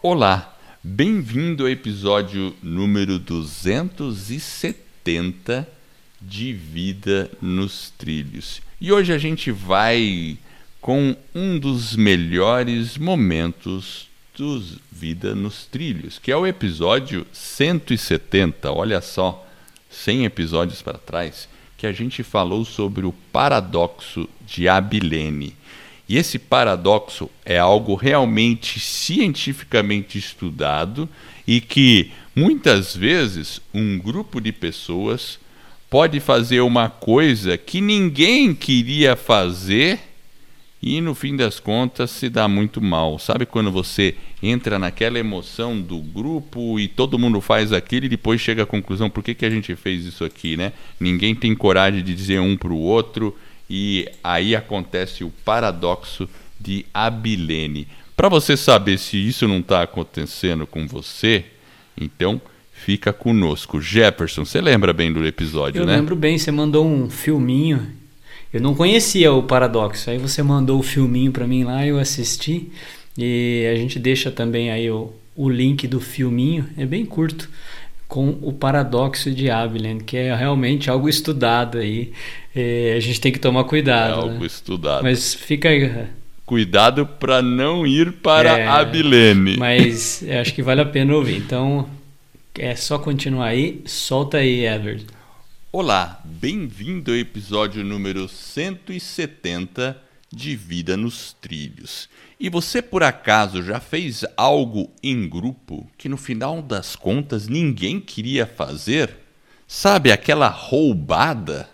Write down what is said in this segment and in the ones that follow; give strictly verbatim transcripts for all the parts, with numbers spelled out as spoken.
Olá, bem-vindo ao episódio número duzentos e setenta de Vida nos Trilhos. E hoje a gente vai com um dos melhores momentos dos Vida nos Trilhos, que é o episódio cento e setenta, olha só, cem episódios para trás, que a gente falou sobre o paradoxo de Abilene. E esse paradoxo é algo realmente cientificamente estudado e que, muitas vezes, um grupo de pessoas pode fazer uma coisa que ninguém queria fazer e, no fim das contas, se dá muito mal. Sabe quando você entra naquela emoção do grupo e todo mundo faz aquilo e depois chega à conclusão, por que, que a gente fez isso aqui, né? Ninguém tem coragem de dizer um para o outro. E aí acontece o paradoxo de Abilene. Para você saber se isso não está acontecendo com você, então fica conosco. Jefferson, você lembra bem do episódio, eu né? Eu lembro bem, você mandou um filminho. Eu não conhecia o paradoxo. Aí você mandou o filminho para mim lá, eu assisti. E a gente deixa também aí o, o link do filminho. É bem curto. Com o paradoxo de Abilene, que é realmente algo estudado aí. É, a gente tem que tomar cuidado. É algo né? estudado. Mas fica aí. Cuidado para não ir para é, Abilene. Mas eu acho que vale a pena ouvir. Então é só continuar aí. Solta aí, Edward. Olá, bem-vindo ao episódio número cento e setenta de Vida nos Trilhos. E você, por acaso, já fez algo em grupo que no final das contas ninguém queria fazer? Sabe, aquela roubada?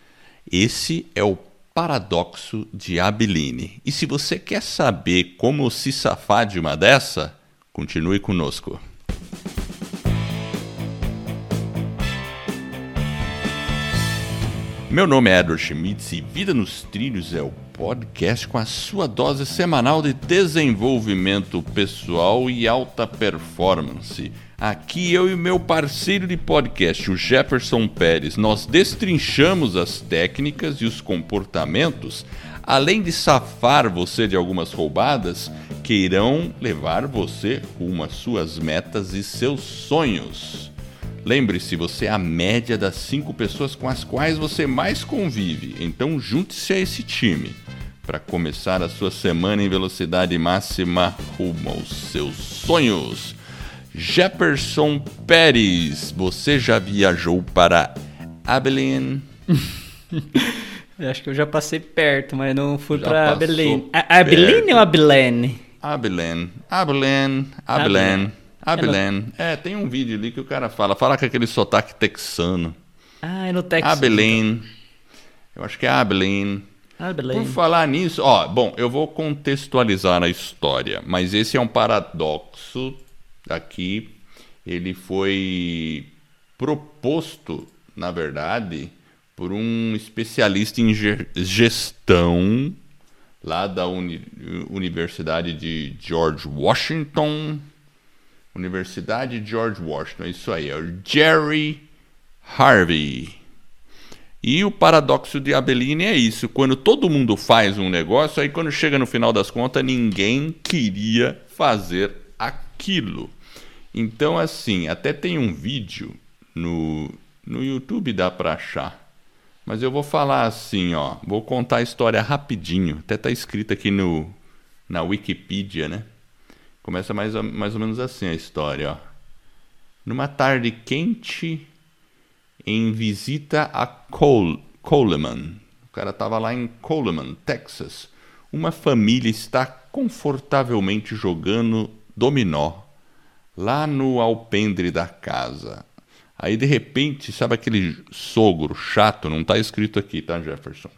Esse é o paradoxo de Abilene. E se você quer saber como se safar de uma dessa, continue conosco. Meu nome é Edward Schmitz e Vida nos Trilhos é o podcast com a sua dose semanal de desenvolvimento pessoal e alta performance. Aqui eu e meu parceiro de podcast, o Jefferson Pérez, nós destrinchamos as técnicas e os comportamentos, além de safar você de algumas roubadas, que irão levar você rumo às suas metas e seus sonhos. Lembre-se, você é a média das cinco pessoas com as quais você mais convive, então junte-se a esse time para começar a sua semana em velocidade máxima rumo aos seus sonhos. Jefferson Pérez, você já viajou para Abilene? Eu acho que eu já passei perto, mas não fui Já para passou Abilene. A- Abilene perto. ou Abilene? Abilene, Abilene, Abilene, Abilene. É, tem um vídeo ali que o cara fala, fala com aquele sotaque texano. Ah, é no Texas. Abilene, eu acho que é Abilene. Abilene. Por falar nisso, ó, bom, eu vou contextualizar a história, mas esse é um paradoxo aqui. Ele foi proposto, na verdade, por um especialista em gestão lá da uni- Universidade de George Washington. Universidade de George Washington, isso aí, é o Jerry Harvey. E o paradoxo de Abilene é isso, quando todo mundo faz um negócio, aí quando chega no final das contas, ninguém queria fazer aquilo. Então, assim, até tem um vídeo no, no YouTube, dá para achar. Mas eu vou falar assim, ó, vou contar a história rapidinho, até tá escrito aqui no, na Wikipedia, né? Começa mais, mais ou menos assim a história, ó. Numa tarde quente, em visita a Cole, Coleman, o cara estava lá em Coleman, Texas, uma família está confortavelmente jogando dominó lá no alpendre da casa. Aí, de repente, sabe aquele sogro chato? Não está escrito aqui, tá, Jefferson?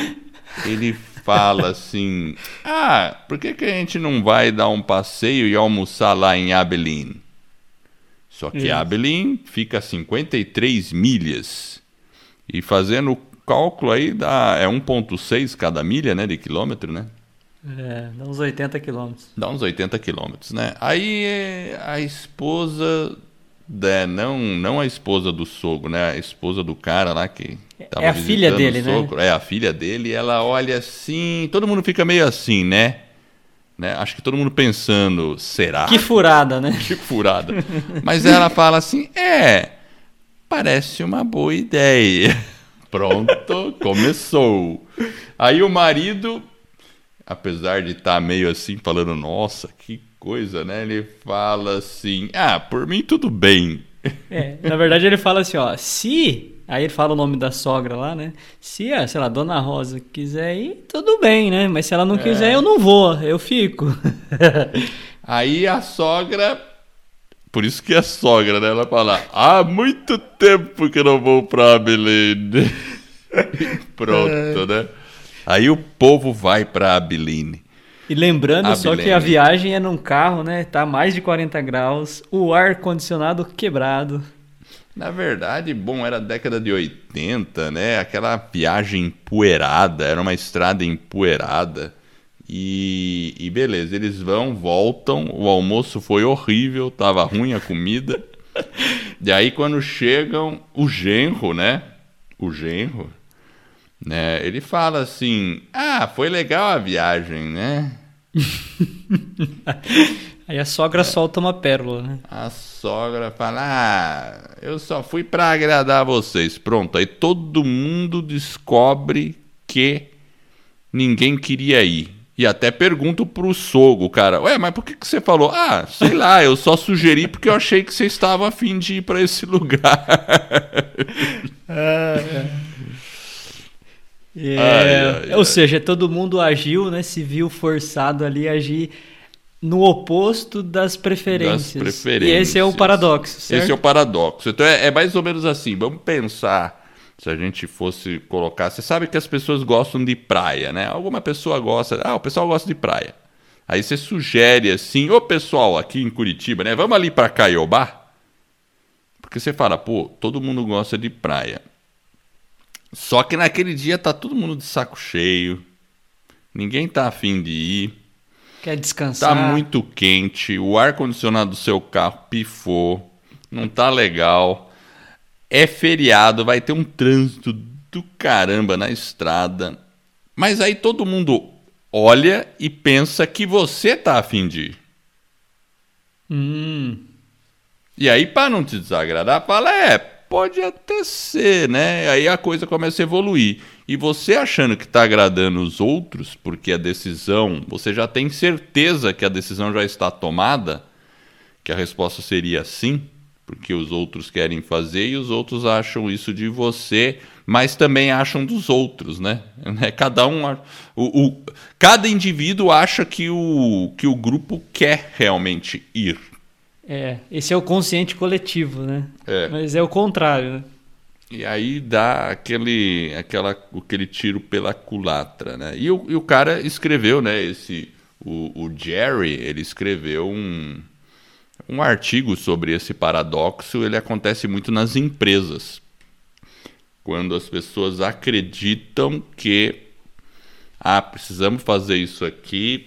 Ele fala assim, ah, por que, que a gente não vai dar um passeio e almoçar lá em Abilene? Só que Isso. Abilene fica a cinquenta e três milhas. E fazendo o cálculo aí, dá, é um vírgula seis cada milha, né, de quilômetro, né? É, dá uns oitenta quilômetros. Dá uns oitenta quilômetros, né? Aí a esposa, né, não, não a esposa do sogro, né? A esposa do cara lá que tava é a filha dele, né? É a filha dele, ela olha assim, todo mundo fica meio assim, né? né? Acho que todo mundo pensando, será? Que furada, né? Que furada. Mas ela fala assim, é, parece uma boa ideia. Pronto, começou. Aí o marido, apesar de estar meio assim, falando, nossa, que coisa, né? Ele fala assim, ah, por mim tudo bem. É, na verdade ele fala assim, ó, se... Aí ele fala o nome da sogra lá, né? Se a, sei lá, Dona Rosa quiser ir, tudo bem, né? Mas se ela não É. quiser, eu não vou, eu fico. Aí a sogra, por isso que é sogra, né? Ela fala, há muito tempo que eu não vou pra Abilene. Pronto, né? Aí o povo vai pra Abilene. E lembrando Abilene. só que a viagem é num carro, né? Tá mais de quarenta graus, o ar-condicionado quebrado. Na verdade, bom, era a década de oitenta, né? Aquela viagem empoeirada, era uma estrada empoeirada. E, e beleza, eles vão, voltam, o almoço foi horrível, tava ruim a comida. E aí quando chegam, o genro, né? O genro, né? Ele fala assim, ah, foi legal a viagem, né? Aí a sogra é. solta uma pérola, né? A sogra fala, ah, eu só fui pra agradar vocês. Pronto, aí todo mundo descobre que ninguém queria ir. E até pergunto pro sogro, cara, ué, mas por que, que você falou? Ah, sei lá, eu só sugeri porque eu achei que você estava a fim de ir pra esse lugar. Ah, é. É, ai, ai, ou ai. seja, todo mundo agiu, né? Se viu forçado ali a agir no oposto das preferências. Das preferências. E esse é o paradoxo, certo? Esse é o paradoxo. Então é, é mais ou menos assim. Vamos pensar, se a gente fosse colocar... Você sabe que as pessoas gostam de praia, né? Alguma pessoa gosta... Ah, o pessoal gosta de praia. Aí você sugere assim... Ô, pessoal, aqui em Curitiba, né? Vamos ali para Caiobá? Porque você fala, pô, todo mundo gosta de praia. Só que naquele dia tá todo mundo de saco cheio. Ninguém tá afim de ir. Quer descansar. Tá muito quente, o ar-condicionado do seu carro pifou, não tá legal. É feriado, vai ter um trânsito do caramba na estrada. Mas aí todo mundo olha e pensa que você tá afim de ir. Hum. E aí, para não te desagradar, fala, é, pode até ser, né? Aí a coisa começa a evoluir. E você achando que está agradando os outros, porque a decisão, você já tem certeza que a decisão já está tomada, que a resposta seria sim, porque os outros querem fazer e os outros acham isso de você, mas também acham dos outros, né? Cada um, o, o, cada indivíduo acha que o, que o grupo quer realmente ir. É, esse é o consciente coletivo, né? É. Mas é o contrário, né? E aí dá aquele, aquela, aquele tiro pela culatra, né? E o, e o cara escreveu, né? Esse, o, o Jerry, ele escreveu um, um artigo sobre esse paradoxo. Ele acontece muito nas empresas. Quando as pessoas acreditam que ah, precisamos fazer isso aqui.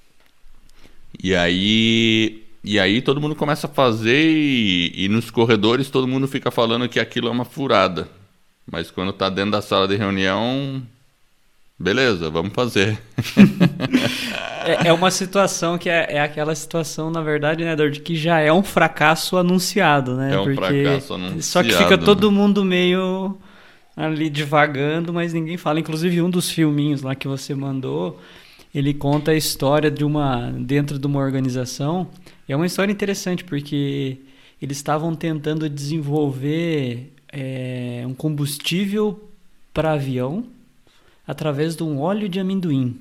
E aí... E aí todo mundo começa a fazer e, e nos corredores todo mundo fica falando que aquilo é uma furada. Mas quando tá dentro da sala de reunião, beleza, vamos fazer. é, é uma situação que é, é aquela situação, na verdade, né, de que já é um fracasso anunciado, né? É um Porque fracasso anunciado. Só que fica todo mundo meio ali divagando, mas ninguém fala. Inclusive um dos filminhos lá que você mandou, ele conta a história de uma dentro de uma organização. É uma história interessante porque eles estavam tentando desenvolver é, um combustível para avião através de um óleo de amendoim.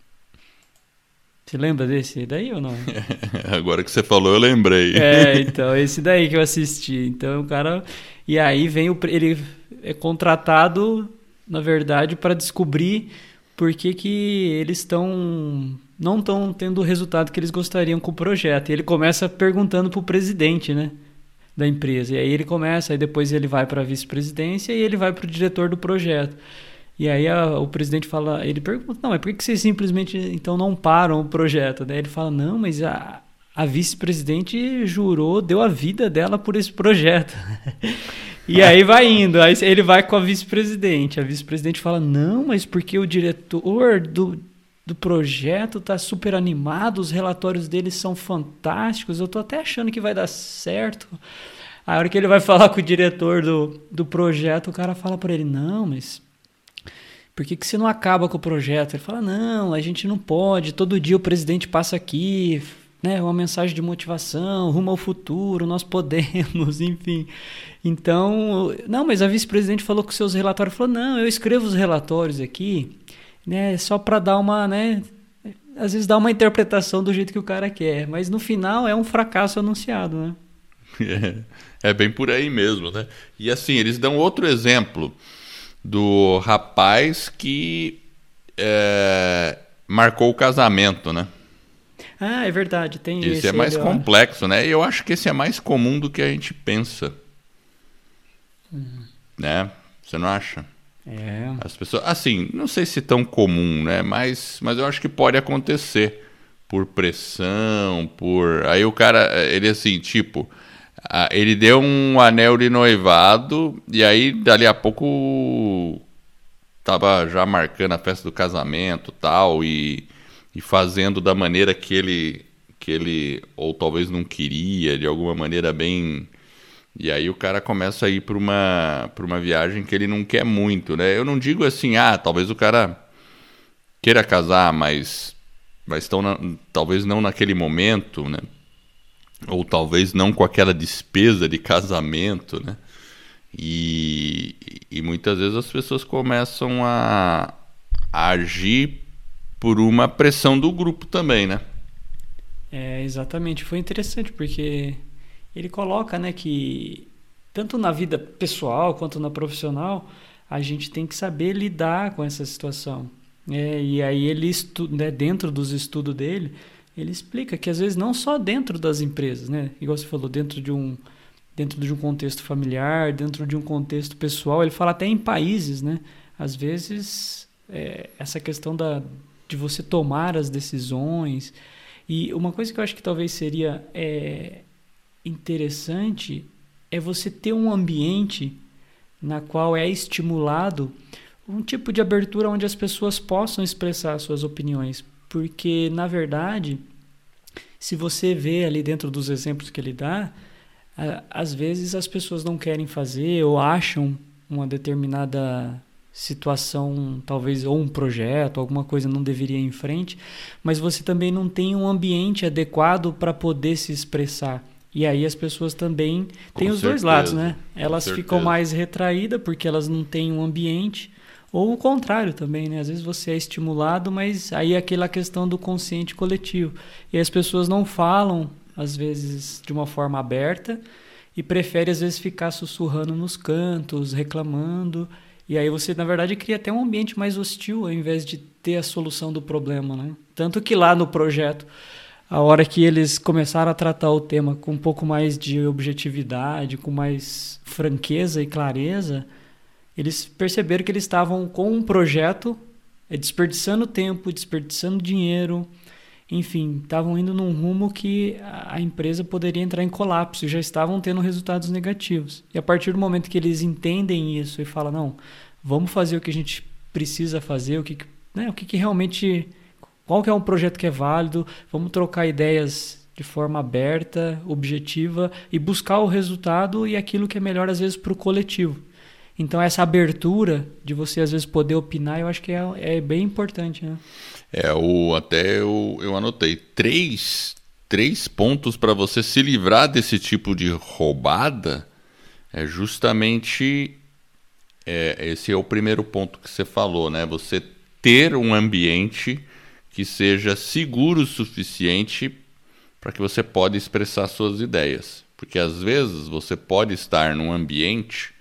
Você lembra desse daí ou não? Agora que você falou, eu lembrei. É, então, esse daí que eu assisti. Então, o cara... E aí vem o... Ele é contratado, na verdade, para descobrir por que que eles estão... não estão tendo o resultado que eles gostariam com o projeto. E ele começa perguntando para o presidente, né, da empresa. E aí ele começa, aí depois ele vai para a vice-presidência e ele vai para o diretor do projeto. E aí a, o presidente fala, ele pergunta, não, mas por que que vocês simplesmente então não param o projeto? Daí ele fala, não, mas a, a vice-presidente jurou, deu a vida dela por esse projeto. E aí vai indo, aí ele vai com a vice-presidente. A vice-presidente fala, não, mas porque o diretor do... do do projeto tá super animado, os relatórios deles são fantásticos, eu tô até achando que vai dar certo. A hora que ele vai falar com o diretor do, do projeto, o cara fala para ele, não, mas por que, que você não acaba com o projeto? Ele fala, não, a gente não pode, todo dia o presidente passa aqui, né, uma mensagem de motivação, rumo ao futuro, nós podemos, enfim. Então, não, mas a vice-presidente falou com seus relatórios, falou, não, eu escrevo os relatórios aqui, né, só para dar uma, né, às vezes dar uma interpretação do jeito que o cara quer, mas no final é um fracasso anunciado, né? É, é bem por aí mesmo, né? E assim, eles dão outro exemplo do rapaz que é, marcou o casamento, né? Ah, é verdade, tem esse. Esse é mais ali, complexo, né? E eu acho que esse é mais comum do que a gente pensa. Uhum. Né? Você não acha? É. As pessoas, assim, não sei se tão comum, né? Mas, mas eu acho que pode acontecer por pressão, por... Aí o cara, ele assim, tipo, ele deu um anel de noivado e aí dali a pouco tava já marcando a festa do casamento, tal, e, e fazendo da maneira que ele, que ele ou talvez não queria, de alguma maneira bem... E aí o cara começa a ir para uma, para uma viagem que ele não quer muito, né? Eu não digo assim, ah, talvez o cara queira casar, mas, mas tão na, talvez não naquele momento, né? Ou talvez não com aquela despesa de casamento, né? E, e muitas vezes as pessoas começam a, a agir por uma pressão do grupo também, né? É, exatamente. Foi interessante porque... ele coloca, né, que tanto na vida pessoal quanto na profissional, a gente tem que saber lidar com essa situação. É, e aí ele, estu- né, dentro dos estudos dele, ele explica que às vezes não só dentro das empresas, né, igual você falou, dentro de um, dentro de um contexto familiar, dentro de um contexto pessoal, ele fala até em países, né, às vezes é, essa questão da, de você tomar as decisões. E uma coisa que eu acho que talvez seria... É, interessante é você ter um ambiente na qual é estimulado um tipo de abertura onde as pessoas possam expressar suas opiniões, porque na verdade, se você vê ali dentro dos exemplos que ele dá, às vezes as pessoas não querem fazer ou acham uma determinada situação, talvez, ou um projeto, alguma coisa não deveria ir em frente, mas você também não tem um ambiente adequado para poder se expressar. E aí as pessoas também têm os dois lados, né? Elas ficam mais retraídas porque elas não têm um ambiente, ou o contrário também, né? Às vezes você é estimulado, mas aí é aquela questão do consciente coletivo. E as pessoas não falam, às vezes, de uma forma aberta e preferem, às vezes, ficar sussurrando nos cantos, reclamando. E aí você, na verdade, cria até um ambiente mais hostil ao invés de ter a solução do problema, né? Tanto que lá no projeto... a hora que eles começaram a tratar o tema com um pouco mais de objetividade, com mais franqueza e clareza, eles perceberam que eles estavam com um projeto, desperdiçando tempo, desperdiçando dinheiro, enfim, estavam indo num rumo que a empresa poderia entrar em colapso e já estavam tendo resultados negativos. E a partir do momento que eles entendem isso e falam, não, vamos fazer o que a gente precisa fazer, o que, né, o que, que realmente... qual que é um projeto que é válido, vamos trocar ideias de forma aberta, objetiva e buscar o resultado e aquilo que é melhor às vezes para o coletivo. Então essa abertura de você às vezes poder opinar, eu acho que é, é bem importante, né? É, o, até eu, eu anotei três, três pontos para você se livrar desse tipo de roubada, é justamente é, esse é o primeiro ponto que você falou, né? Você ter um ambiente que seja seguro o suficiente para que você possa expressar suas ideias. Porque às vezes você pode estar num ambiente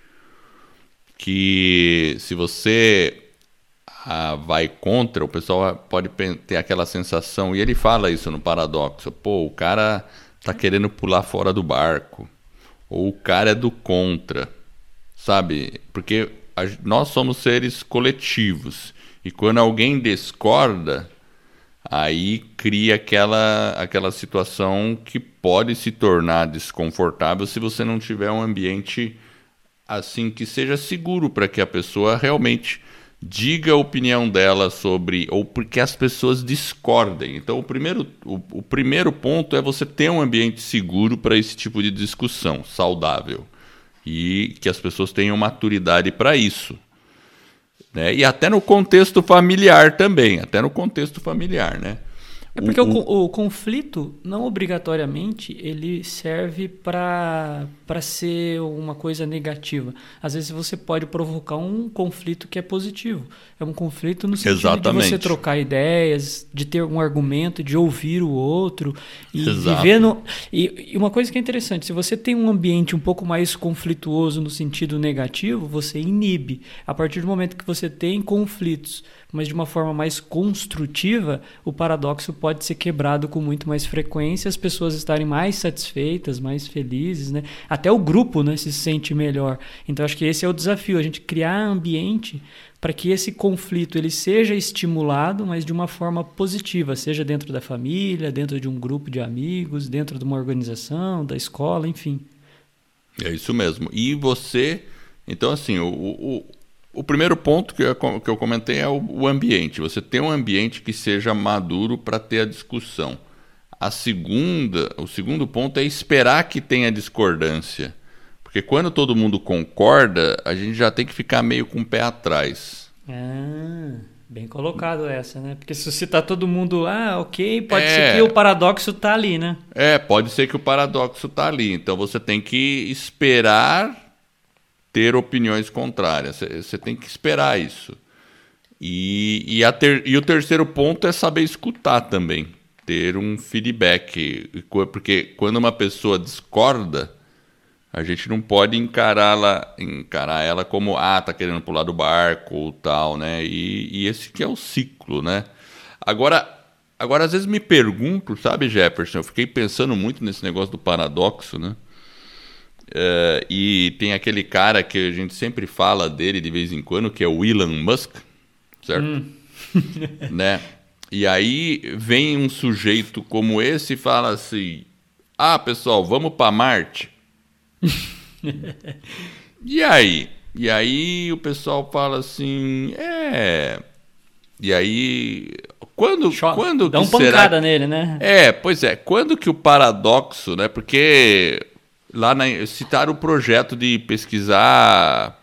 que, se você ah, vai contra, o pessoal pode ter aquela sensação, e ele fala isso no Paradoxo, pô, o cara tá querendo pular fora do barco, ou o cara é do contra, sabe? Porque a, nós somos seres coletivos, e quando alguém discorda, aí cria aquela, aquela situação que pode se tornar desconfortável se você não tiver um ambiente assim que seja seguro para que a pessoa realmente diga a opinião dela sobre, ou porque as pessoas discordem. Então, o primeiro, o, o primeiro ponto é você ter um ambiente seguro para esse tipo de discussão, saudável. E que as pessoas tenham maturidade para isso. Né? E até no contexto familiar também, até no contexto familiar, né? É porque o, o, o conflito, não obrigatoriamente, ele serve para para ser uma coisa negativa. Às vezes você pode provocar um conflito que é positivo. É um conflito no sentido Exatamente. de você trocar ideias, de ter um argumento, de ouvir o outro. E Exato. viver no... E, e uma coisa que é interessante, se você tem um ambiente um pouco mais conflituoso no sentido negativo, você inibe. A partir do momento que você tem conflitos, mas de uma forma mais construtiva, o paradoxo pode ser quebrado com muito mais frequência, as pessoas estarem mais satisfeitas, mais felizes, né? Até o grupo, né, se sente melhor. Então, acho que esse é o desafio, a gente criar ambiente para que esse conflito ele seja estimulado, mas de uma forma positiva, seja dentro da família, dentro de um grupo de amigos, dentro de uma organização, da escola, enfim. É isso mesmo. E você... Então, assim, o... o... O primeiro ponto que eu, que eu comentei é o, o ambiente. Você tem um ambiente que seja maduro para ter a discussão. A segunda, o segundo ponto é esperar que tenha discordância. Porque quando todo mundo concorda, a gente já tem que ficar meio com o pé atrás. Ah, bem colocado essa, né? Porque se você tá todo mundo, ah, ok, pode É. ser que o paradoxo tá ali, né? É, pode ser que o paradoxo está ali. Então você tem que esperar ter opiniões contrárias. Você tem que esperar isso. E, e, a ter, e o terceiro ponto é saber escutar também. Ter um feedback. Porque quando uma pessoa discorda, a gente não pode encará-la, encarar ela como, ah, tá querendo pular do barco ou tal, né? E, e esse que é o ciclo, né? Agora, agora, às vezes me pergunto, sabe, Jefferson? Eu fiquei pensando muito nesse negócio do paradoxo, né? Uh, e tem aquele cara que a gente sempre fala dele de vez em quando, que é o Elon Musk, certo? Hum. Né? E aí vem um sujeito como esse e fala assim, ah, pessoal, vamos para Marte? E aí? E aí o pessoal fala assim, é... E aí... Quando, quando Dá um que será... pancada nele, né? É, pois é. Quando que o paradoxo, né? Porque... Lá na, citaram o projeto de pesquisar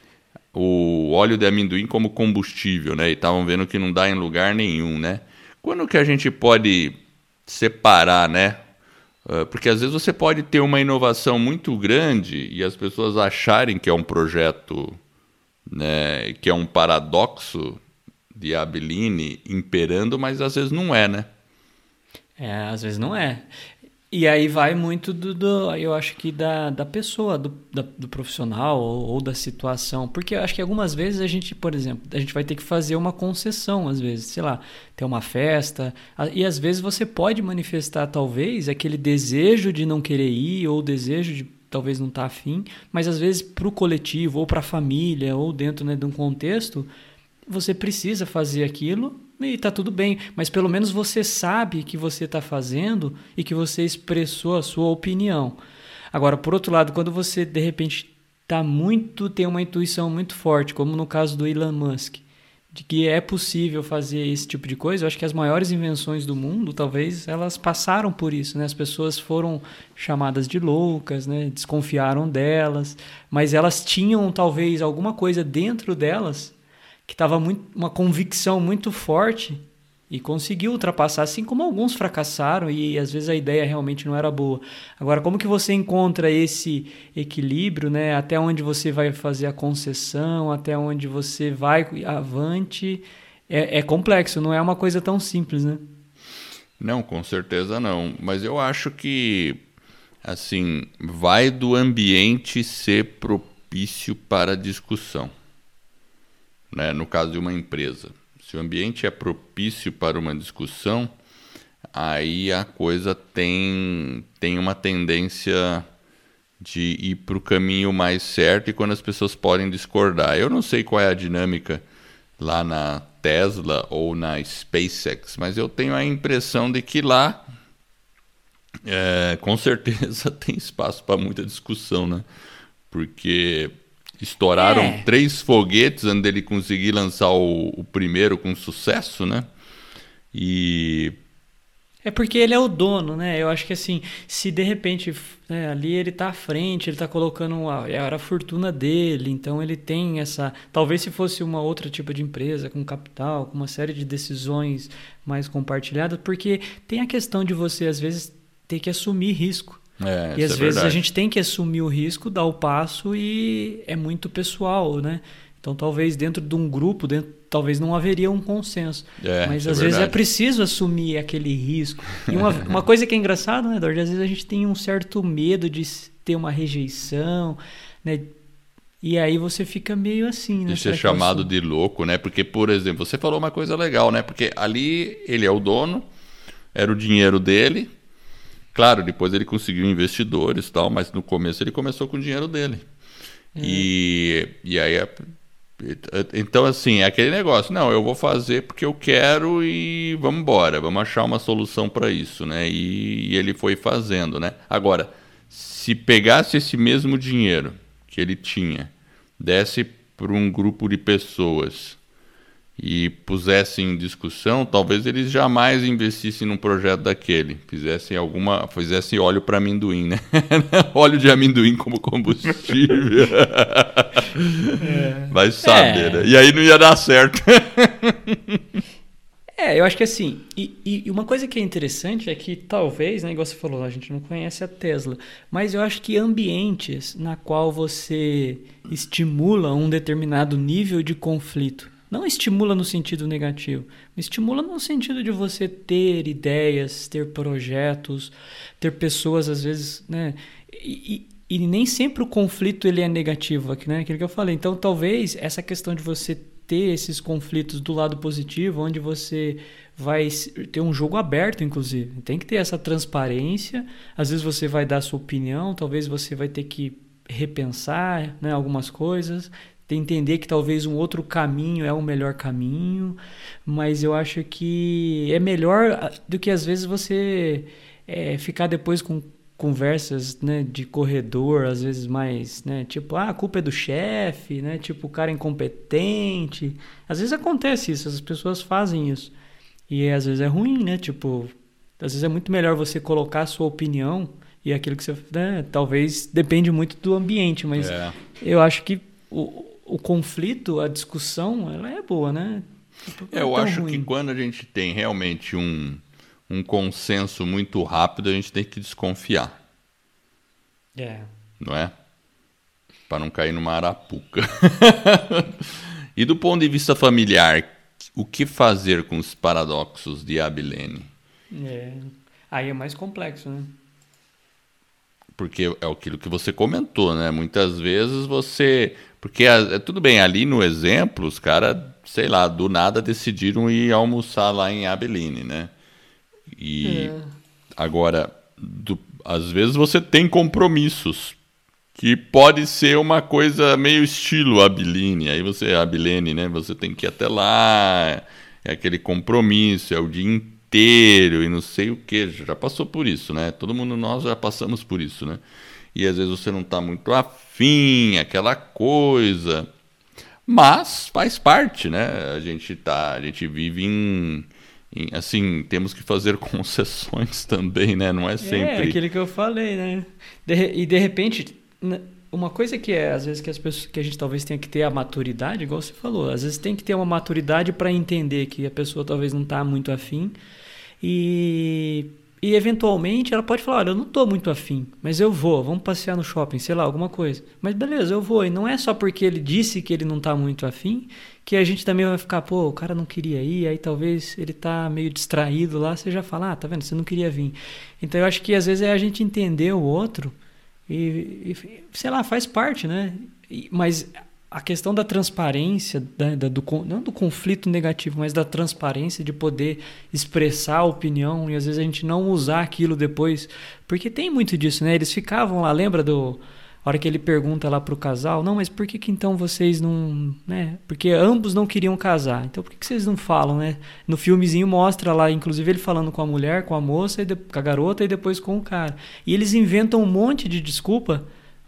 o óleo de amendoim como combustível, né? E estavam vendo que não dá em lugar nenhum, né? Quando que a gente pode separar, né? Uh, porque às vezes você pode ter uma inovação muito grande e as pessoas acharem que é um projeto, né? Que é um paradoxo de Abilene imperando, mas às vezes não é, né? É, às vezes não é. E aí vai muito do, do eu acho que da, da pessoa, do, da, do profissional ou, ou da situação. Porque eu acho que algumas vezes a gente, por exemplo, a gente vai ter que fazer uma concessão, às vezes, sei lá, ter uma festa. E às vezes você pode manifestar, talvez, aquele desejo de não querer ir ou o desejo de talvez não estar afim, mas às vezes para o coletivo ou para a família ou dentro, né, de um contexto, você precisa fazer aquilo. E tá tudo bem, mas pelo menos você sabe que você está fazendo e que você expressou a sua opinião. Agora, por outro lado, quando você de repente tá muito, tem uma intuição muito forte, como no caso do Elon Musk, de que é possível fazer esse tipo de coisa, eu acho que as maiores invenções do mundo, talvez, elas passaram por isso, né? As pessoas foram chamadas de loucas, né? Desconfiaram delas, mas elas tinham talvez alguma coisa dentro delas que estava uma convicção muito forte e conseguiu ultrapassar, assim como alguns fracassaram e às vezes a ideia realmente não era boa. Agora, como que você encontra esse equilíbrio, né? Até onde você vai fazer a concessão, até onde você vai avante, é, é complexo, não é uma coisa tão simples, né? Não, com certeza não, mas eu acho que, assim, vai do ambiente ser propício para a discussão. Né, no caso de uma empresa, se o ambiente é propício para uma discussão, aí a coisa tem, tem uma tendência de ir para o caminho mais certo e quando as pessoas podem discordar. Eu não sei qual é a dinâmica lá na Tesla ou na SpaceX, mas eu tenho a impressão de que lá, é, com certeza, tem espaço para muita discussão, né? Porque Estouraram É. três foguetes antes dele conseguir lançar o, o primeiro com sucesso, né? E É porque ele é o dono, né? Eu acho que assim, se de repente né, ali ele tá à frente, ele tá colocando a, era a fortuna dele, então ele tem essa. Talvez se fosse uma outra tipo de empresa, com capital, com uma série de decisões mais compartilhadas, porque tem a questão de você, às vezes, ter que assumir risco. é, E isso às é vezes a verdade. gente tem que assumir o risco, dar o passo e é muito pessoal, né? Então talvez dentro de um grupo, dentro, talvez não haveria um consenso. É, Mas isso é às vezes é verdade. preciso assumir aquele risco. E uma, uma coisa que é engraçada, né, Eduardo? Às vezes a gente tem um certo medo de s- ter uma rejeição, né? E aí você fica meio assim, né? De ser Será que eu chamado assumo? de louco, né? Porque, por exemplo, você falou uma coisa legal, né? Porque ali ele é o dono, era o dinheiro dele. Claro, depois ele conseguiu investidores e tal, mas no começo ele começou com o dinheiro dele. E, e aí, é- então assim, é aquele negócio, não, eu vou fazer porque eu quero e vamos embora, vamos achar uma solução para isso, né? E, e ele foi fazendo, né? Agora, se pegasse esse mesmo dinheiro que ele tinha, desse para um grupo de pessoas e pusessem em discussão, talvez eles jamais investissem num projeto daquele, fizessem alguma, fizessem óleo para amendoim, né? Óleo de amendoim como combustível. Vai saber, né? É. E aí não ia dar certo. É, eu acho que assim, e, e- e uma coisa que é interessante é que talvez, né, igual você falou, a gente não conhece a Tesla, mas eu acho que ambientes na qual você estimula um determinado nível de conflito, não estimula no sentido negativo, estimula no sentido de você ter ideias, ter projetos, ter pessoas às vezes, né, e, e- e nem sempre o conflito ele é negativo, aqui, né, aquilo que eu falei. Então talvez essa questão de você ter esses conflitos do lado positivo, onde você vai ter um jogo aberto, inclusive. Tem que ter essa transparência. Às vezes você vai dar a sua opinião, talvez você vai ter que repensar, né, algumas coisas, entender que talvez um outro caminho é o melhor caminho, mas eu acho que é melhor do que às vezes você é, ficar depois com conversas, né, de corredor, às vezes mais, né, tipo, ah, a culpa é do chefe, né, tipo, o cara é incompetente. Às vezes acontece isso, as pessoas fazem isso. E às vezes é ruim, né, tipo, às vezes é muito melhor você colocar a sua opinião e aquilo que você, né, talvez depende muito do ambiente, mas É. eu acho que o, o conflito, a discussão, ela é boa, né? Tipo, não é Eu tão acho ruim. que quando a gente tem realmente um, um consenso muito rápido, a gente tem que desconfiar, É. não é? Para não cair numa arapuca. E do ponto de vista familiar, o que fazer com os paradoxos de Abilene? É. Aí é mais complexo, né? Porque é aquilo que você comentou, né? Muitas vezes você... Porque, é, tudo bem, ali no exemplo, os caras, sei lá, do nada decidiram ir almoçar lá em Abilene, né? E É. agora, do- às vezes você tem compromissos que pode ser uma coisa meio estilo Abilene. Aí você, Abilene, né? Você tem que ir até lá, é aquele compromisso, é o dia inteiro e não sei o que. Já passou por isso, né? Todo mundo, nós já passamos por isso, né? E às vezes você não está muito afim, aquela coisa. Mas faz parte, né? A gente tá, a gente vive em, em- assim, temos que fazer concessões também, né? Não é É, sempre. aquele que eu falei, né? De re- e de repente, n- uma coisa que é, às vezes, que as pessoas, que a gente talvez tenha que ter a maturidade, igual você falou, às vezes tem que ter uma maturidade para entender que a pessoa talvez não está muito afim e, e eventualmente ela pode falar, olha, eu não estou muito afim, mas eu vou, vamos passear no shopping, sei lá, alguma coisa. Mas beleza, eu vou. E não é só porque ele disse que ele não está muito afim que a gente também vai ficar, pô, o cara não queria ir, aí talvez ele tá meio distraído lá, você já fala, ah, tá vendo, você não queria vir. Então eu acho que às vezes é a gente entender o outro e, e, sei lá, faz parte, né? E- mas a questão da transparência, da, da- do, con- não do conflito negativo, mas da transparência de poder expressar a opinião e às vezes a gente não usar aquilo depois, porque tem muito disso, né? Eles ficavam lá, lembra do... A hora que ele pergunta lá pro casal, não, mas por que que então vocês não, né? Porque ambos não queriam casar, então por que que vocês não falam, né? No filmezinho mostra lá, inclusive ele falando com a mulher, com a moça, e de- com a garota e depois com o cara. E eles inventam um monte de desculpa,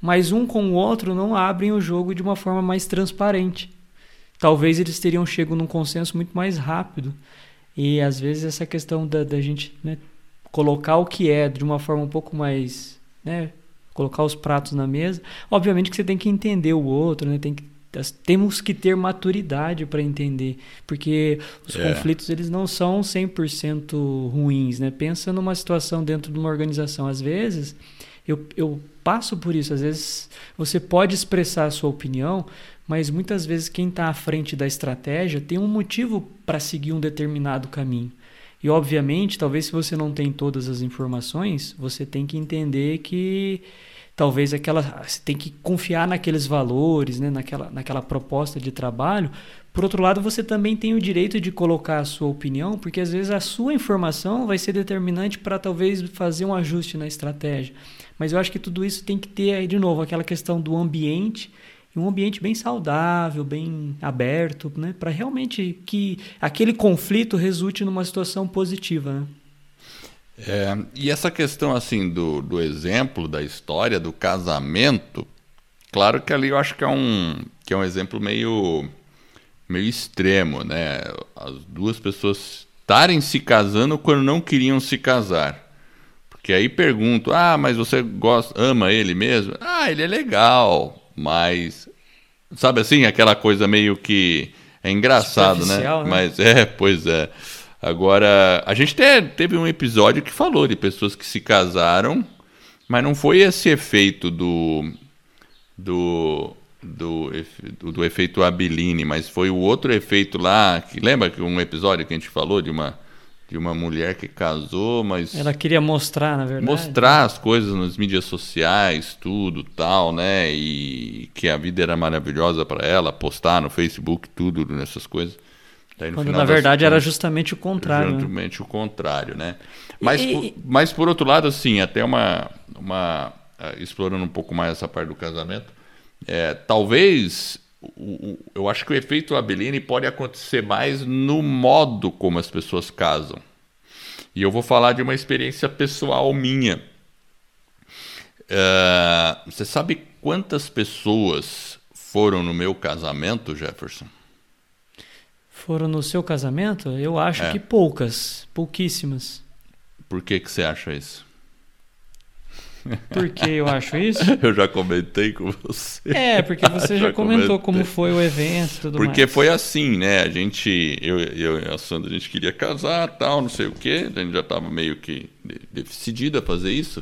mas um com o outro não abrem o jogo de uma forma mais transparente. Talvez eles teriam chegado num consenso muito mais rápido. E às vezes essa questão da, da gente, né, colocar o que é de uma forma um pouco mais, né, colocar os pratos na mesa. Obviamente que você tem que entender o outro, né, tem que, temos que ter maturidade para entender, porque os é. conflitos eles não são cem por cento ruins, né? Pensa numa situação dentro de uma organização, às vezes eu, eu passo por isso, às vezes você pode expressar a sua opinião, mas muitas vezes quem está à frente da estratégia tem um motivo para seguir um determinado caminho. E, obviamente, talvez se você não tem todas as informações, você tem que entender que talvez aquela, você tem que confiar naqueles valores, né, naquela, naquela proposta de trabalho. Por outro lado, você também tem o direito de colocar a sua opinião, porque às vezes a sua informação vai ser determinante para talvez fazer um ajuste na estratégia. Mas eu acho que tudo isso tem que ter, aí, de novo, aquela questão do ambiente, um ambiente bem saudável, bem aberto, né, para realmente que aquele conflito resulte numa situação positiva, né? É, e essa questão assim do, do exemplo da história do casamento, claro que ali eu acho que é um, que é um exemplo meio, meio extremo, né? As duas pessoas estarem se casando quando não queriam se casar. Porque aí pergunto, ah, mas você gosta, ama ele mesmo? Ah, ele é legal, mas sabe assim, aquela coisa meio que é engraçado, né? né? Mas é, pois é. Agora, a gente te, teve um episódio que falou de pessoas que se casaram, mas não foi esse efeito do do, do, do, do efeito Abilini, mas foi o outro efeito lá, que lembra que um episódio que a gente falou de uma, de uma mulher que casou, mas... Ela queria mostrar, na verdade. Mostrar as coisas nas mídias sociais, tudo, tal, né? E que a vida era maravilhosa para ela, postar no Facebook, tudo, nessas coisas. Daí, Quando na verdade das... era justamente o contrário. Justamente né? o contrário, né? Mas, e... por, mas por outro lado, assim, até uma... uma uh, explorando um pouco mais essa parte do casamento, é, talvez, o, o, eu acho que o efeito Abilini pode acontecer mais no modo como as pessoas casam. E eu vou falar de uma experiência pessoal minha. Uh, você sabe quantas pessoas foram no meu casamento, Jefferson? Foram no seu casamento? Eu acho é. que poucas, pouquíssimas. Por que que você acha isso? Por que eu acho isso? Eu já comentei com você. É, porque você já, já comentou como foi o evento e tudo Porque mais. foi assim, né? A gente, eu, eu e a Sandra, a gente queria casar, tal, não sei o quê. A gente já estava meio que decidida a fazer isso.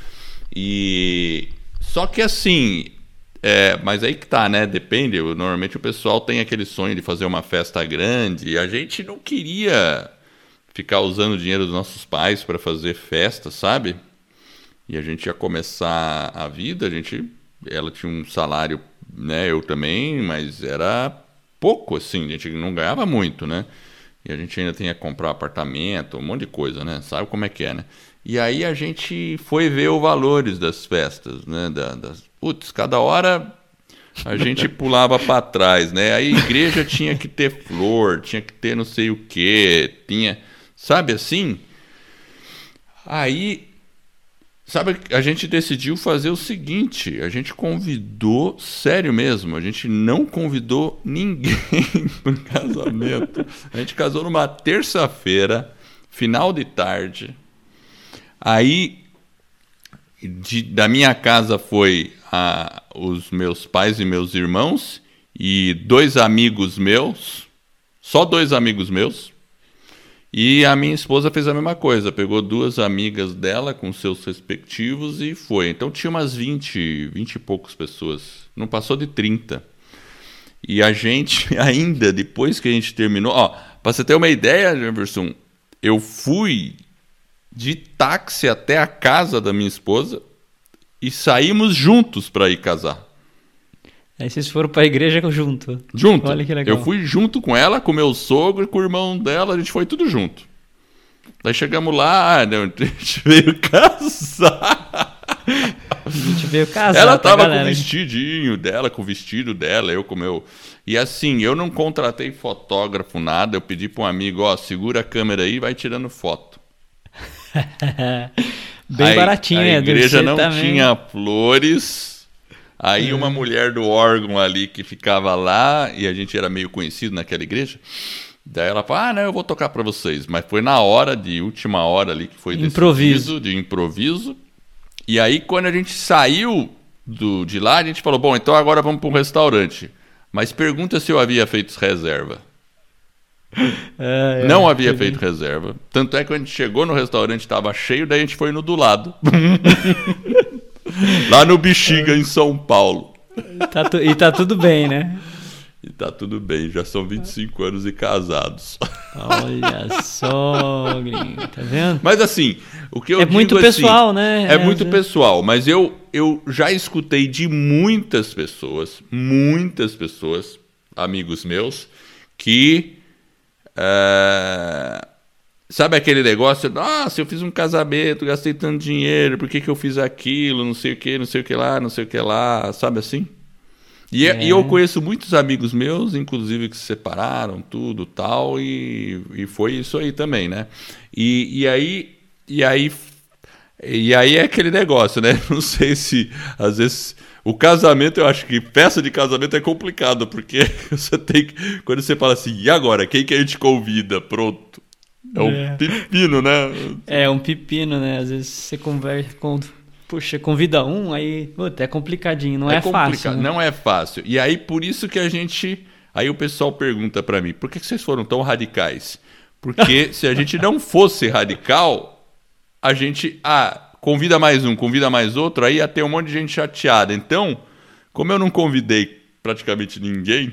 E só que assim... É, mas aí que tá, né? Depende. Normalmente o pessoal tem aquele sonho de fazer uma festa grande. E a gente não queria ficar usando o dinheiro dos nossos pais para fazer festa, sabe? E a gente ia começar a vida. A gente, ela tinha um salário, né? Eu também, mas era pouco, assim. A gente não ganhava muito, né? E a gente ainda tinha que comprar apartamento, um monte de coisa, né? Sabe como é que é, né? E aí a gente foi ver os valores das festas, né? Da, das... Putz, cada hora a gente pulava para trás, né? A igreja tinha que ter flor, tinha que ter não sei o quê, tinha... Sabe assim? Aí, sabe, a gente decidiu fazer o seguinte, a gente convidou, sério mesmo, a gente não convidou ninguém para o casamento. A gente casou numa terça-feira, final de tarde. Aí, de, da minha casa foi a, os meus pais e meus irmãos e dois amigos meus, só dois amigos meus. E a minha esposa fez a mesma coisa, pegou duas amigas dela com seus respectivos e foi. Então tinha umas vinte, vinte e poucas pessoas, não passou de trinta. E a gente ainda, depois que a gente terminou... Ó, para você ter uma ideia, Jefferson, eu fui... de táxi até a casa da minha esposa e saímos juntos para ir casar. Aí vocês foram para a igreja junto? Junto. Olha que legal. Eu fui junto com ela, com meu sogro e com o irmão dela, a gente foi tudo junto. Daí chegamos lá, a gente veio casar. A gente veio casar. Ela tava com o vestidinho dela, com o vestido dela, eu com o meu... E assim, eu não contratei fotógrafo, nada, eu pedi para um amigo, ó, segura a câmera aí e vai tirando foto. Bem a, baratinho, a né? igreja não também. tinha flores, Aí uma mulher do órgão ali que ficava lá, e a gente era meio conhecido naquela igreja, daí ela falou, ah, não, eu vou tocar pra vocês. Mas foi na hora, de última hora ali, que foi improviso. decidido, de improviso. E aí quando a gente saiu do, de lá, a gente falou, bom, então agora vamos para um restaurante. Mas pergunta se eu havia feito reserva. É, é, não havia feito bem. reserva. Tanto é que quando a gente chegou no restaurante estava cheio, daí a gente foi no do lado. Lá no Bexiga, em São Paulo. Tá tu, e tá tudo bem, né? E tá tudo bem, já são vinte e cinco anos e casados. Olha só, gringo, tá vendo? Mas assim, o que eu é digo muito pessoal, assim, né? É, é muito pessoal, mas eu, eu já escutei de muitas pessoas, muitas pessoas, amigos meus, que... É, sabe aquele negócio? Nossa, eu fiz um casamento, gastei tanto dinheiro, por que, que eu fiz aquilo? Não sei o que, não sei o que lá, não sei o que lá, sabe assim? E, é. e eu conheço muitos amigos meus, inclusive que se separaram, tudo tal, e, e foi isso aí também, né? E, e aí, e aí, e aí é aquele negócio, né? Não sei se às vezes o casamento, eu acho que festa de casamento é complicado, porque você tem que, quando você fala assim, e agora, quem que a gente convida? Pronto. É um é. pepino, né? É um pepino, né? Às vezes você conversa com... Puxa, convida um, aí puta, é complicadinho, não é, é fácil. Né? Não é fácil. E aí, por isso que a gente... Aí o pessoal pergunta pra mim, por que vocês foram tão radicais? Porque se a gente não fosse radical, a gente... Ah, convida mais um, convida mais outro, aí ia ter um monte de gente chateada. Então, como eu não convidei praticamente ninguém...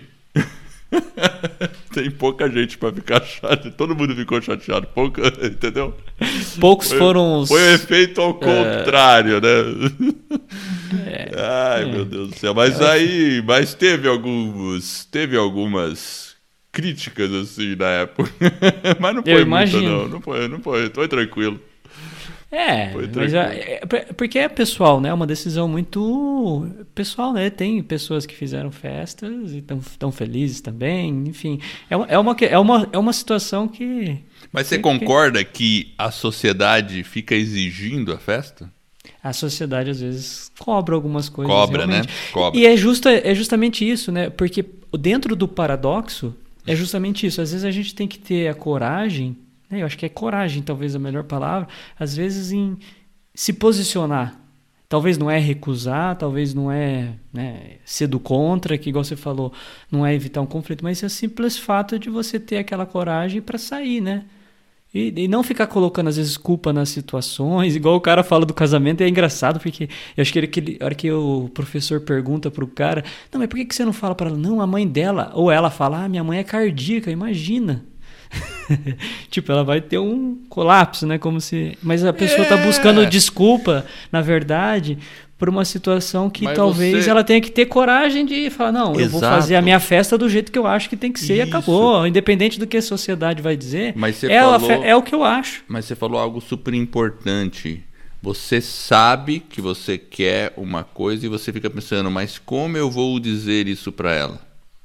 Tem pouca gente pra ficar chateado. Todo mundo ficou chateado, pouca, entendeu? Poucos foi, foram os... Foi o efeito ao contrário, é... né? É, Ai, é. meu Deus do céu. Mas é. aí, mas teve alguns, teve algumas críticas assim na época. Mas não foi Eu muito, imagino. não. Não foi, não foi. Foi tranquilo. É, mas é, porque é pessoal, né? É uma decisão muito pessoal, né? Tem pessoas que fizeram festas e estão tão felizes também, enfim. É uma, é, uma, é, uma, é uma situação que... Mas você que, concorda que... que a sociedade fica exigindo a festa? A sociedade, às vezes, cobra algumas coisas. Cobra, realmente. né? Cobra. E é, justo, é justamente isso, né? Porque dentro do paradoxo, é justamente isso. Às vezes a gente tem que ter a coragem... Eu acho que é coragem, talvez a melhor palavra, às vezes em se posicionar. Talvez não é recusar, talvez não é, né, ser do contra, que igual você falou, não é evitar um conflito, mas é o simples fato de você ter aquela coragem para sair, né? E, e não ficar colocando, às vezes, culpa nas situações, igual o cara fala do casamento, é engraçado, porque eu acho que ele, a hora que o professor pergunta pro cara, não, mas por que, que você não fala para ela? Não, a mãe dela, ou ela fala, ah, minha mãe é cardíaca, imagina. Tipo, ela vai ter um colapso, né? Como se... Mas a pessoa está é. buscando desculpa, na verdade, por uma situação que Mas talvez você... ela tenha que ter coragem de falar, não, Exato. eu vou fazer a minha festa do jeito que eu acho que tem que ser Isso. e acabou. Independente do que a sociedade vai dizer, Mas é, falou... a, é o que eu acho. Mas você falou algo super importante. Você sabe que você quer uma coisa e você fica pensando, mas como eu vou dizer isso para ela?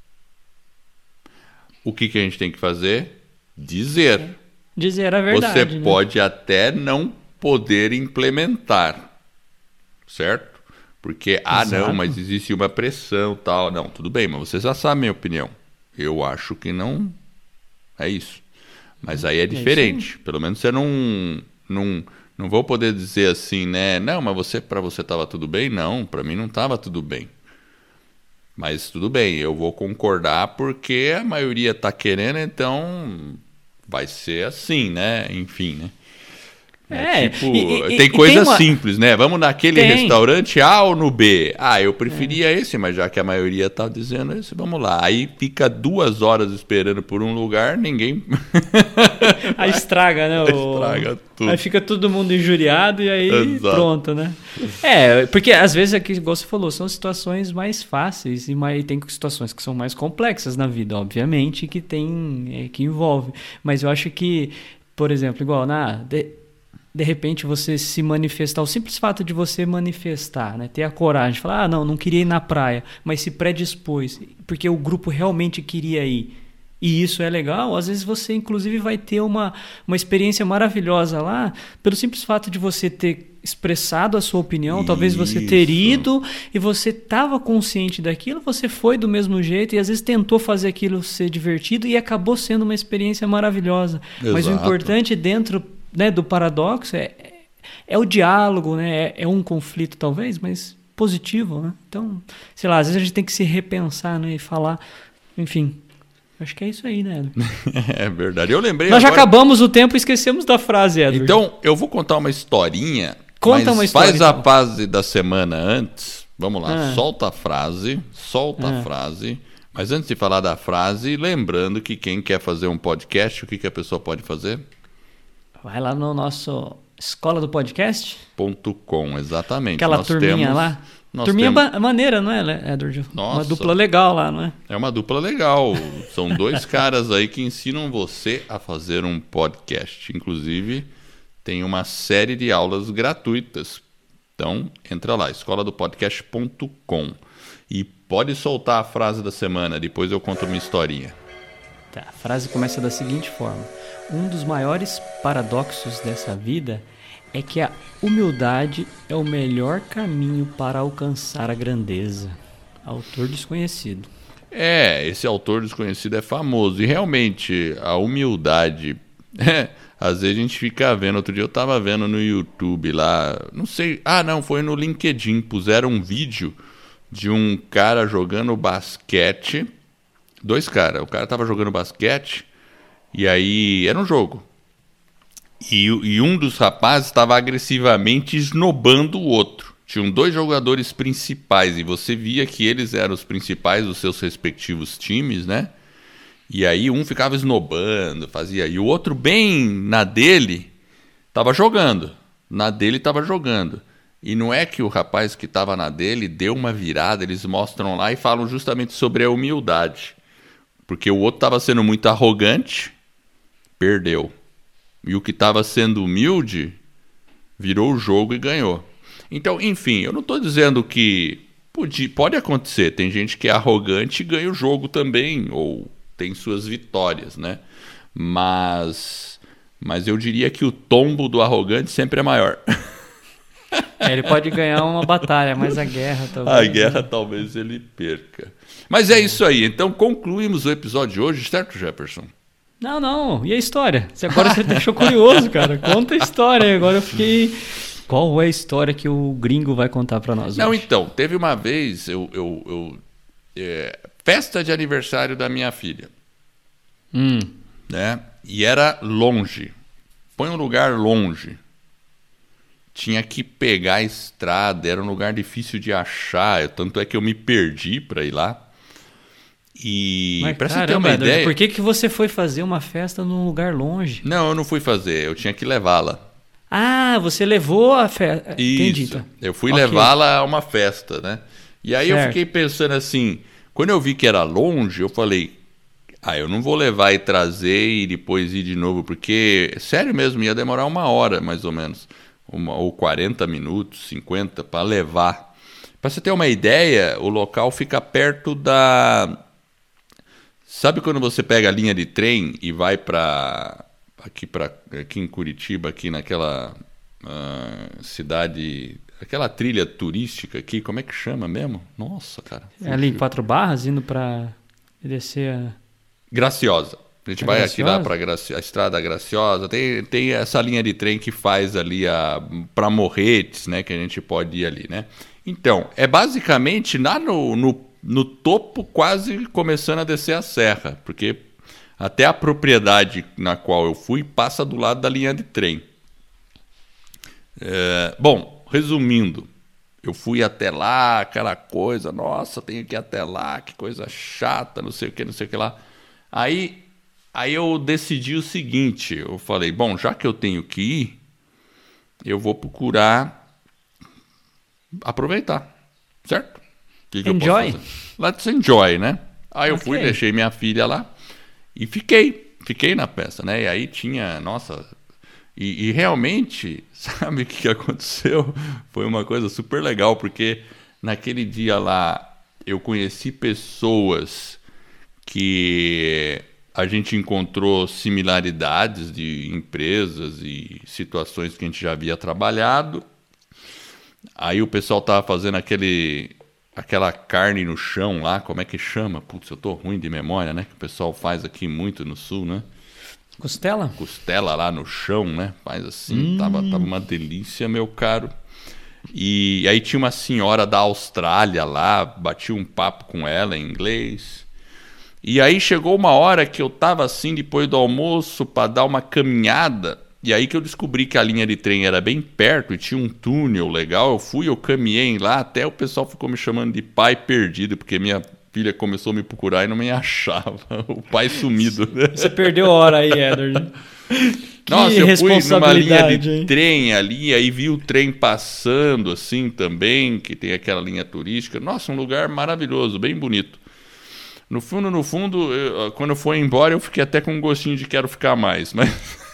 O que, que a gente tem que fazer? Dizer. Dizer a verdade. Você né? pode até não poder implementar, certo? Porque, ah, Exato. não, mas existe uma pressão tal. Não, tudo bem, mas você já sabe a minha opinião. Eu acho que não é isso. Mas aí é diferente. É Pelo menos você não, não, não vou poder dizer assim, né? Não, mas você, para você estava tudo bem? Não, para mim não estava tudo bem. Mas tudo bem, eu vou concordar porque a maioria está querendo, então vai ser assim, né? Enfim, né? É, é tipo, e, e, tem coisa uma... simples, né? Vamos naquele tem. restaurante A ou no B? Ah, eu preferia é. esse, mas já que a maioria está dizendo esse, vamos lá. Aí fica duas horas esperando por um lugar, ninguém... Aí estraga, né? O... Estraga tudo. Aí fica todo mundo injuriado e aí Exato. Pronto, né? É, porque às vezes, aqui, igual você falou, são situações mais fáceis e mais, tem situações que são mais complexas na vida, obviamente, que tem, é, que envolve. Mas eu acho que, por exemplo, igual na... De, de repente você se manifestar, o simples fato de você manifestar, né? Ter a coragem de falar, ah, não, não queria ir na praia, mas se predispôs, porque o grupo realmente queria ir. E isso é legal, às vezes você inclusive vai ter uma, uma experiência maravilhosa lá, pelo simples fato de você ter expressado a sua opinião, talvez você ter ido e você estava consciente daquilo, você foi do mesmo jeito e às vezes tentou fazer aquilo ser divertido e acabou sendo uma experiência maravilhosa. Exato. Mas o importante dentro, né, do paradoxo é, é o diálogo, né? é, é um conflito talvez, mas positivo. Né? Então, sei lá, às vezes a gente tem que se repensar, né, e falar, enfim... Acho que é isso aí, né, Edward? É verdade. Eu lembrei Nós agora... já acabamos o tempo e esquecemos da frase, Edward. Então, eu vou contar uma historinha. Conta mas uma história. Faz então. a frase da semana antes. Vamos lá. Ah. Solta a frase. Solta Ah. a frase. Mas antes de falar da frase, lembrando que quem quer fazer um podcast, o que, que a pessoa pode fazer? Vai lá no nosso Escola do Podcast. Ponto .com, exatamente. Aquela Nós turminha temos... lá. Nós turminha temos... ba- maneira, não é, Edward? Nossa. Uma dupla legal lá, não é? É uma dupla legal. São dois caras aí que ensinam você a fazer um podcast. Inclusive, tem uma série de aulas gratuitas. Então, entra lá, escola do podcast ponto com. E pode soltar a frase da semana, depois eu conto uma historinha. Tá, a frase começa da seguinte forma. Um dos maiores paradoxos dessa vida é que a humildade é o melhor caminho para alcançar a grandeza. Autor desconhecido. É, esse autor desconhecido é famoso. E realmente, a humildade... É, às vezes a gente fica vendo. Outro dia eu tava vendo no YouTube lá... Não sei... Ah, não, foi no LinkedIn. Puseram um vídeo de um cara jogando basquete. Dois caras. O cara tava jogando basquete. E aí... Era um jogo. E, e um dos rapazes estava agressivamente esnobando o outro. Tinham dois jogadores principais e você via que eles eram os principais dos seus respectivos times, né? E aí um ficava esnobando, fazia... E o outro bem na dele estava jogando. Na dele estava jogando. E não é que o rapaz que estava na dele deu uma virada, eles mostram lá e falam justamente sobre a humildade. Porque o outro estava sendo muito arrogante, perdeu. E o que estava sendo humilde virou o jogo e ganhou. Então, enfim, eu não estou dizendo que pode, pode acontecer. Tem gente que é arrogante e ganha o jogo também, ou tem suas vitórias, né? Mas, mas eu diria que o tombo do arrogante sempre é maior. É, ele pode ganhar uma batalha, mas a guerra talvez... A guerra talvez ele perca. Mas é isso aí. Então, concluímos o episódio de hoje, certo, Jefferson? Não, não. E a história? Agora você deixou curioso, cara. Conta a história. Agora eu fiquei... Qual é a história que o gringo vai contar pra nós Não, hoje? então, teve uma vez... eu, eu, eu é, festa de aniversário da minha filha. Hum. Né? E era longe. Põe um lugar longe. Tinha que pegar a estrada. Era um lugar difícil de achar. Tanto é que eu me perdi pra ir lá. E Mas, pra caramba, você ter uma Edward, ideia... por que, que você foi fazer uma festa num lugar longe? Não, eu não fui fazer. Eu tinha que levá-la. Ah, você levou a festa. Entendi, Isso. então. Eu fui Okay. levá-la a uma festa, né? E aí Certo. eu fiquei pensando assim... Quando eu vi que era longe, eu falei... Ah, eu não vou levar e trazer e depois ir de novo. Porque, sério mesmo, ia demorar uma hora, mais ou menos. Uma, ou quarenta minutos, cinquenta, para levar. Para você ter uma ideia, o local fica perto da... Sabe quando você pega a linha de trem e vai para aqui para aqui em Curitiba, aqui naquela uh, cidade, aquela trilha turística aqui, como é que chama mesmo? Nossa, cara. É ali em Quatro Barras, indo para descer a... Graciosa. A gente A vai Graciosa? aqui lá para Graci... a Estrada Graciosa. Tem, tem essa linha de trem que faz ali a para Morretes, né? Que a gente pode ir ali, né? Então, é basicamente lá no, no, no topo, quase começando a descer a serra. Porque até a propriedade na qual eu fui passa do lado da linha de trem. É, bom, resumindo. Eu fui até lá, aquela coisa, nossa, tenho que ir até lá, que coisa chata, não sei o que, não sei o que lá. Aí, aí eu decidi o seguinte, eu falei, bom, já que eu tenho que ir, eu vou procurar aproveitar, certo? O que que Enjoy. eu posso fazer? Let's enjoy, né? Aí eu Ok. fui, deixei minha filha lá e fiquei, fiquei na peça, né? E aí tinha, nossa... E, e realmente, sabe o que, que aconteceu? Foi uma coisa super legal, porque naquele dia lá eu conheci pessoas que a gente encontrou similaridades de empresas e situações que a gente já havia trabalhado. Aí o pessoal tava fazendo aquele, aquela carne no chão lá, como é que chama? Putz, eu tô ruim de memória, né? Que o pessoal faz aqui muito no sul, né? Costela? Costela lá no chão, né? Faz assim, hum. tava, tava uma delícia, meu caro. E aí tinha uma senhora da Austrália lá, bati um papo com ela em inglês. E aí chegou uma hora que eu tava assim, depois do almoço, para dar uma caminhada. E aí que eu descobri que a linha de trem era bem perto e tinha um túnel legal. Eu fui, eu caminhei lá, até o pessoal ficou me chamando de pai perdido, porque minha filha começou a me procurar e não me achava. O pai sumido. Você perdeu hora aí, Edward. Que Nossa, eu fui numa linha de hein? trem ali, aí vi o trem passando assim também, que tem aquela linha turística. Nossa, um lugar maravilhoso, bem bonito. No fundo, no fundo, eu, quando eu fui embora, eu fiquei até com um gostinho de quero ficar mais, mas...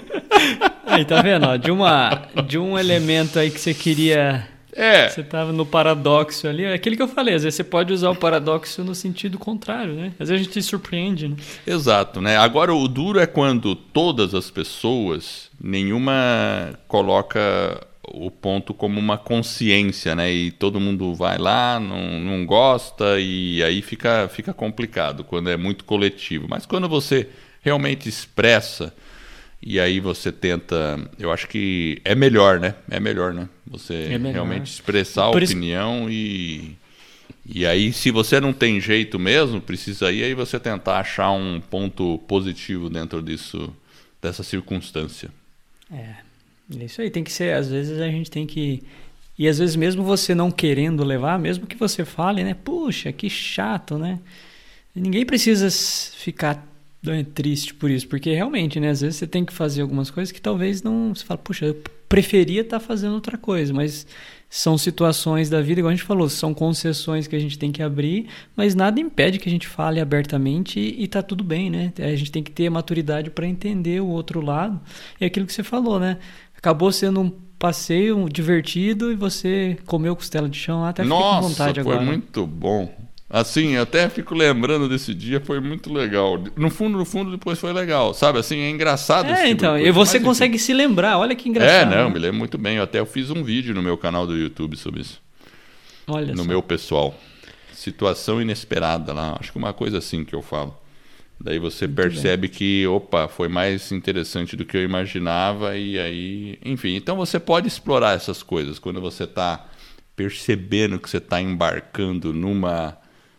Aí, tá vendo? Ó, de, uma, de um elemento aí que você queria... É. Você tava no paradoxo ali. É aquilo que eu falei, às vezes você pode usar o paradoxo no sentido contrário, né? Às vezes a gente se surpreende, né? Exato, né? Agora, o duro é quando todas as pessoas, nenhuma coloca o ponto como uma consciência, né? E todo mundo vai lá, não, não gosta, e aí fica, fica complicado quando é muito coletivo. Mas quando você realmente expressa... E aí você tenta... Eu acho que é melhor, né? É melhor, né? Você é melhor. realmente expressar a Por opinião isso... e... E aí, se você não tem jeito mesmo, precisa ir, aí você tentar achar um ponto positivo dentro disso, dessa circunstância. É, isso aí tem que ser... Às vezes a gente tem que... E às vezes mesmo você não querendo levar, mesmo que você fale, né? Puxa, que chato, né? Ninguém precisa ficar... é triste por isso, porque realmente, né, às vezes você tem que fazer algumas coisas que talvez não, você fala, puxa, eu preferia estar fazendo outra coisa, mas são situações da vida, igual a gente falou, são concessões que a gente tem que abrir, mas nada impede que a gente fale abertamente e, e tá tudo bem, né? A gente tem que ter maturidade para entender o outro lado, e aquilo que você falou, né? Acabou sendo um passeio divertido e você comeu costela de chão lá, até fiquei com vontade agora. Nossa, foi muito bom. Assim, eu até fico lembrando desse dia, foi muito legal. No fundo, no fundo, depois foi legal. Sabe, assim, é engraçado. É, então, e você mas, consegue enfim. se lembrar, olha que engraçado. É, não, né? me lembro muito bem. Eu até eu fiz um vídeo no meu canal do YouTube sobre isso. Olha No só. meu pessoal. Situação inesperada lá, acho que uma coisa assim que eu falo. Daí você muito percebe bem. que, opa, foi mais interessante do que eu imaginava e aí... Enfim, então você pode explorar essas coisas quando você está percebendo que você está embarcando numa...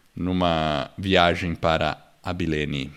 numa viagem para Abilene.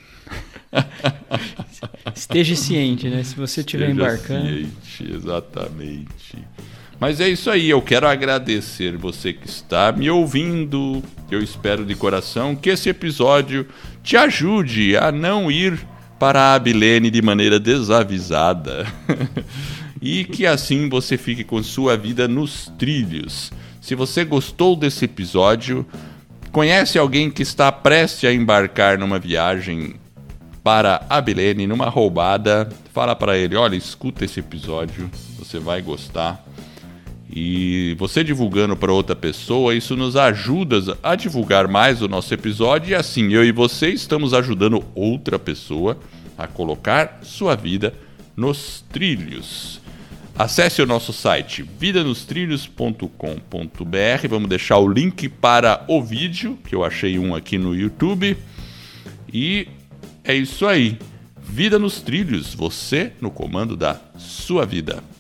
Esteja ciente, né? Se você estiver embarcando. Ciente, exatamente. Mas é isso aí, eu quero agradecer você que está me ouvindo. Eu espero de coração que esse episódio te ajude a não ir para Abilene de maneira desavisada. E que assim você fique com sua vida nos trilhos. Se você gostou desse episódio... Conhece alguém que está prestes a embarcar numa viagem para Abilene, numa roubada? Fala para ele, olha, escuta esse episódio, você vai gostar. E você divulgando para outra pessoa, isso nos ajuda a divulgar mais o nosso episódio. E assim, eu e você estamos ajudando outra pessoa a colocar sua vida nos trilhos. Acesse o nosso site vida nos trilhos ponto com ponto b r. Vamos deixar o link para o vídeo, que eu achei um aqui no YouTube. E é isso aí. Vida nos Trilhos, você no comando da sua vida.